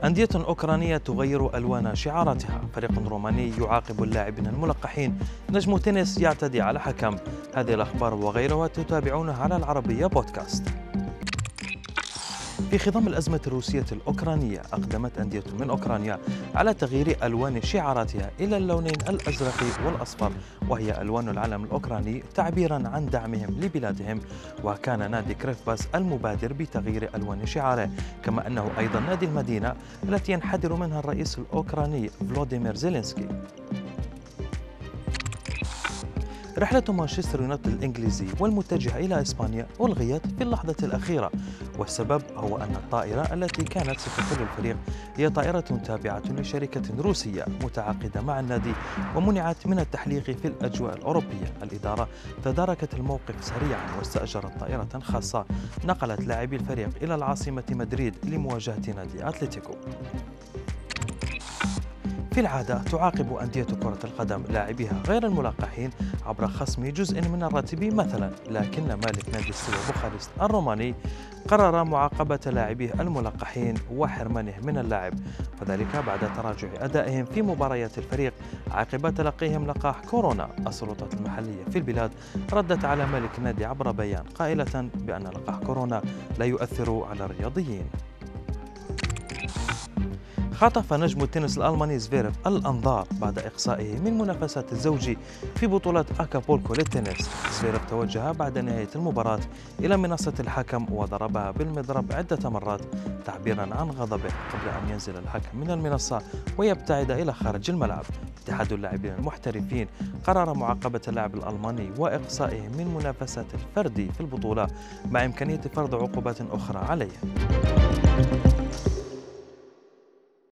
أندية أوكرانية تغير ألوان شعاراتها. فريق روماني يعاقب اللاعبين الملقحين. نجم تنس يعتدي على حكم. هذه الأخبار وغيرها تتابعونها على العربية بودكاست. في خضم الأزمة الروسية الأوكرانية أقدمت أندية من أوكرانيا على تغيير ألوان شعاراتها إلى اللونين الأزرق والأصفر، وهي ألوان العلم الأوكراني تعبيرا عن دعمهم لبلادهم. وكان نادي كريفباس المبادر بتغيير ألوان شعاره، كما أنه أيضا نادي المدينة التي ينحدر منها الرئيس الأوكراني فلوديمير زيلينسكي. رحلة مانشستر يونايتد الإنجليزي والمتجهة إلى إسبانيا ألغيت في اللحظة الأخيرة، والسبب هو أن الطائرة التي كانت ستحمل الفريق هي طائرة تابعة لشركة روسية متعاقدة مع النادي ومنعت من التحليق في الأجواء الأوروبية. الإدارة تداركت الموقف سريعا واستأجرت طائرة خاصة نقلت لاعبي الفريق إلى العاصمة مدريد لمواجهة نادي أتلتيكو. في العادة تعاقب أندية كرة القدم لاعبيها غير الملقحين عبر خصم جزء من الراتب مثلا، لكن مالك نادي ستيوا بوخارست الروماني قرر معاقبة لاعبيه الملقحين وحرمانه من اللعب، وذلك بعد تراجع أدائهم في مباريات الفريق عقب تلقيهم لقاح كورونا. السلطات المحلية في البلاد ردت على مالك النادي عبر بيان قائلة بأن لقاح كورونا لا يؤثر على الرياضيين. خطف نجم التنس الألماني زفيرف الأنظار بعد إقصائه من منافسات الزوجي في بطولة أكابولكو للتنس. زفيرف توجه بعد نهاية المباراة إلى منصة الحكم وضربها بالمضرب عدة مرات تعبيرا عن غضبه قبل أن ينزل الحكم من المنصة ويبتعد إلى خارج الملعب. اتحاد اللاعبين المحترفين قرر معاقبة اللاعب الألماني وإقصائه من منافسات الفردي في البطولة، مع إمكانية فرض عقوبات أخرى عليه.